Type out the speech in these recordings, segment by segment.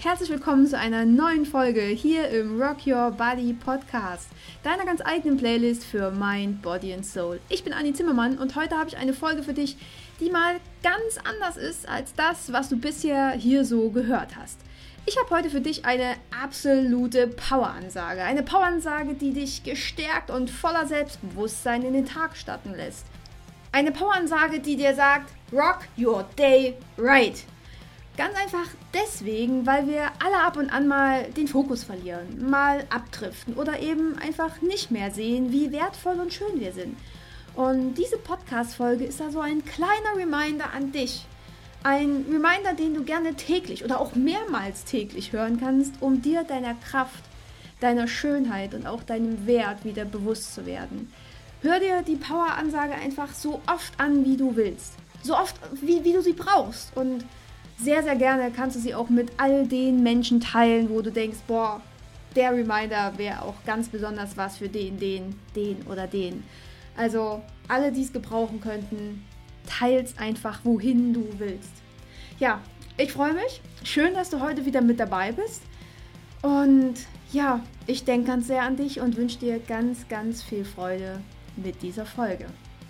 herzlich willkommen zu einer neuen Folge hier im Rock Your Body Podcast, deiner ganz eigenen Playlist für Mind, Body and Soul. Ich bin Anni Zimmermann und heute habe ich eine Folge für dich, die mal ganz anders ist als das, was du bisher hier so gehört hast. Ich habe heute für dich eine absolute Poweransage. Eine Poweransage, die dich gestärkt und voller Selbstbewusstsein in den Tag starten lässt. Eine Poweransage, die dir sagt, rock your day right. Ganz einfach deswegen, weil wir alle ab und an mal den Fokus verlieren, mal abdriften oder eben einfach nicht mehr sehen, wie wertvoll und schön wir sind. Und diese Podcast-Folge ist da so ein kleiner Reminder an dich. Ein Reminder, den du gerne täglich oder auch mehrmals täglich hören kannst, um dir deiner Kraft, deiner Schönheit und auch deinem Wert wieder bewusst zu werden. Hör dir die Power-Ansage einfach so oft an, wie du willst. So oft, wie du sie brauchst. Und sehr, sehr gerne kannst du sie auch mit all den Menschen teilen, wo du denkst, boah, der Reminder wäre auch ganz besonders was für den oder den. Also alle, die es gebrauchen könnten, teils einfach, wohin du willst. Ja, ich freue mich. Schön, dass du heute wieder mit dabei bist. Und ja, ich denke ganz sehr an dich und wünsche dir ganz, ganz viel Freude mit dieser Folge.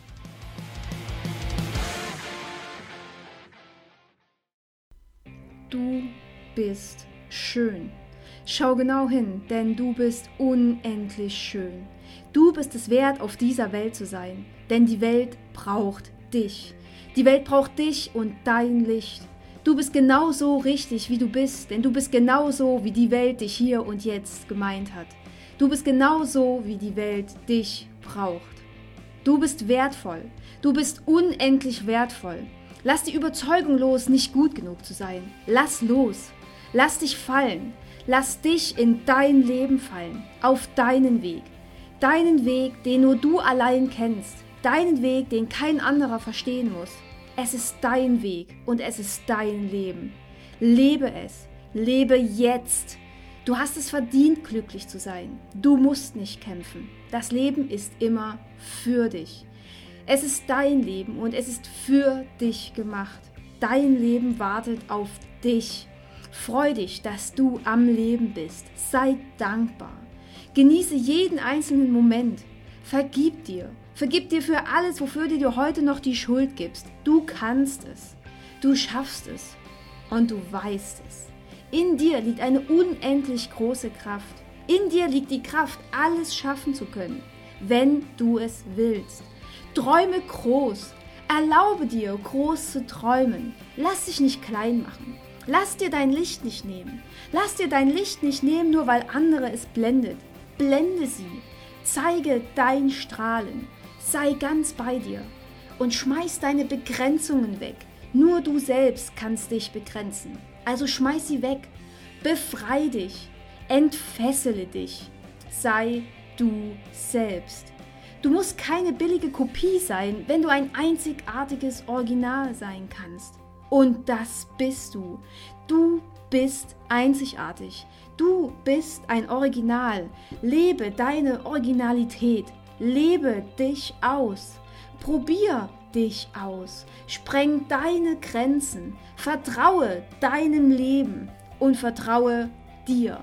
Du bist schön. Schau genau hin, denn du bist unendlich schön. Du bist es wert, auf dieser Welt zu sein, denn die Welt braucht dich. Die Welt braucht dich und dein Licht. Du bist genauso richtig, wie du bist, denn du bist genauso, wie die Welt dich hier und jetzt gemeint hat. Du bist genauso, wie die Welt dich braucht. Du bist wertvoll. Du bist unendlich wertvoll. Lass die Überzeugung los, nicht gut genug zu sein. Lass los. Lass dich fallen. Lass dich in dein Leben fallen. Auf deinen Weg. Deinen Weg, den nur du allein kennst. Deinen Weg, den kein anderer verstehen muss. Es ist dein Weg und es ist dein Leben. Lebe es. Lebe jetzt. Du hast es verdient, glücklich zu sein. Du musst nicht kämpfen. Das Leben ist immer für dich. Es ist dein Leben und es ist für dich gemacht. Dein Leben wartet auf dich. Freu dich, dass du am Leben bist. Sei dankbar. Genieße jeden einzelnen Moment. Vergib dir. Vergib dir für alles, wofür du dir heute noch die Schuld gibst. Du kannst es. Du schaffst es. Und du weißt es. In dir liegt eine unendlich große Kraft. In dir liegt die Kraft, alles schaffen zu können, wenn du es willst. Träume groß. Erlaube dir, groß zu träumen. Lass dich nicht klein machen. Lass dir dein Licht nicht nehmen. Lass dir dein Licht nicht nehmen, nur weil andere es blendet. Blende sie. Zeige dein Strahlen. Sei ganz bei dir. Und schmeiß deine Begrenzungen weg. Nur du selbst kannst dich begrenzen. Also schmeiß sie weg. Befrei dich. Entfessele dich. Sei du selbst. Du musst keine billige Kopie sein, wenn du ein einzigartiges Original sein kannst. Und das bist du. Du bist einzigartig. Du bist ein Original. Lebe deine Originalität. Lebe dich aus. Probier dich aus. Spreng deine Grenzen. Vertraue deinem Leben und vertraue dir.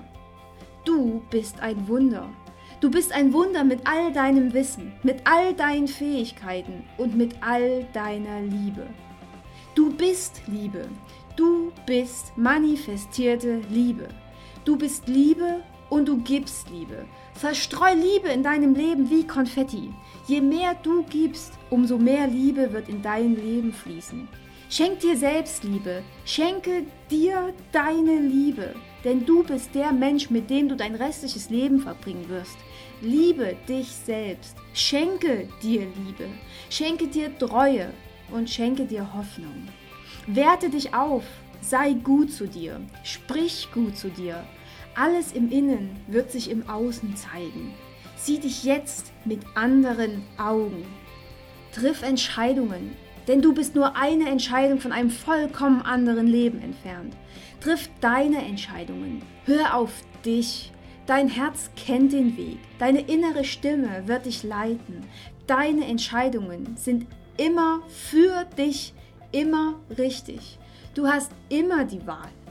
Du bist ein Wunder. Du bist ein Wunder mit all deinem Wissen, mit all deinen Fähigkeiten und mit all deiner Liebe. Du bist Liebe. Du bist manifestierte Liebe. Du bist Liebe und du gibst Liebe. Verstreu Liebe in deinem Leben wie Konfetti. Je mehr du gibst, umso mehr Liebe wird in dein Leben fließen. Schenk dir Selbstliebe. Schenke dir deine Liebe. Denn du bist der Mensch, mit dem du dein restliches Leben verbringen wirst. Liebe dich selbst. Schenke dir Liebe. Schenke dir Treue und schenke dir Hoffnung. Werte dich auf. Sei gut zu dir. Sprich gut zu dir. Alles im Innen wird sich im Außen zeigen. Sieh dich jetzt mit anderen Augen. Triff Entscheidungen, denn du bist nur eine Entscheidung von einem vollkommen anderen Leben entfernt. Triff deine Entscheidungen. Hör auf dich. Dein Herz kennt den Weg. Deine innere Stimme wird dich leiten. Deine Entscheidungen sind immer für dich, immer richtig. Du hast immer die Wahl.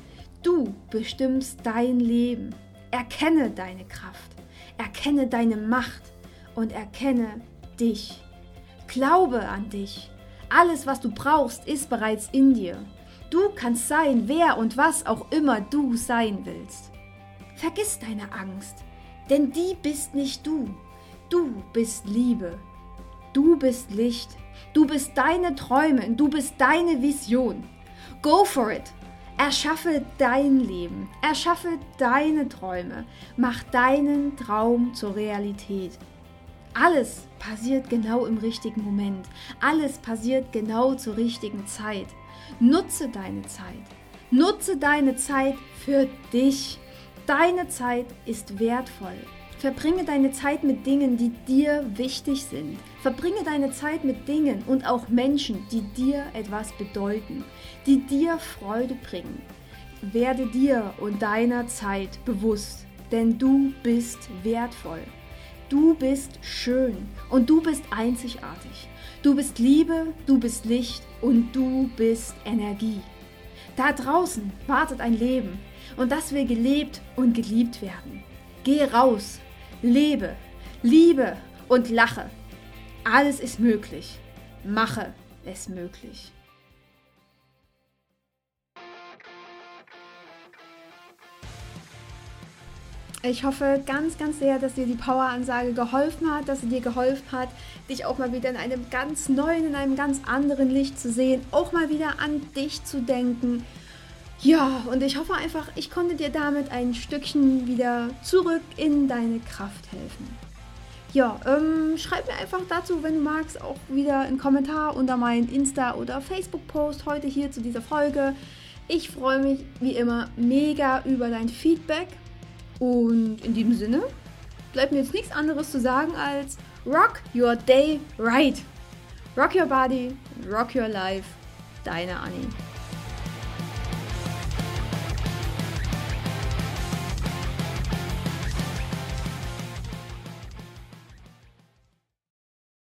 Du bestimmst dein Leben. Erkenne deine Kraft, erkenne deine Macht und erkenne dich. Glaube an dich. Alles, was du brauchst, ist bereits in dir. Du kannst sein, wer und was auch immer du sein willst. Vergiss deine Angst, denn die bist nicht du. Du bist Liebe. Du bist Licht. Du bist deine Träume. Du bist deine Vision. Go for it. Erschaffe dein Leben. Erschaffe deine Träume. Mach deinen Traum zur Realität. Alles passiert genau im richtigen Moment. Alles passiert genau zur richtigen Zeit. Nutze deine Zeit. Nutze deine Zeit für dich. Deine Zeit ist wertvoll. Verbringe deine Zeit mit Dingen, die dir wichtig sind. Verbringe deine Zeit mit Dingen und auch Menschen, die dir etwas bedeuten, die dir Freude bringen. Werde dir und deiner Zeit bewusst, denn du bist wertvoll. Du bist schön und du bist einzigartig. Du bist Liebe, du bist Licht und du bist Energie. Da draußen wartet ein Leben und das will gelebt und geliebt werden. Geh raus, lebe, liebe und lache. Alles ist möglich. Mache es möglich. Ich hoffe ganz, ganz sehr, dass dir die Power-Ansage geholfen hat, dass sie dir geholfen hat, dich auch mal wieder in einem ganz neuen, in einem ganz anderen Licht zu sehen, auch mal wieder an dich zu denken. Ja, und ich hoffe einfach, ich konnte dir damit ein Stückchen wieder zurück in deine Kraft helfen. Ja, schreib mir einfach dazu, wenn du magst, auch wieder einen Kommentar unter meinen Insta- oder Facebook-Post heute hier zu dieser Folge. Ich freue mich wie immer mega über dein Feedback. Und in diesem Sinne bleibt mir jetzt nichts anderes zu sagen als Rock your day right. Rock your body, rock your life. Deine Anni.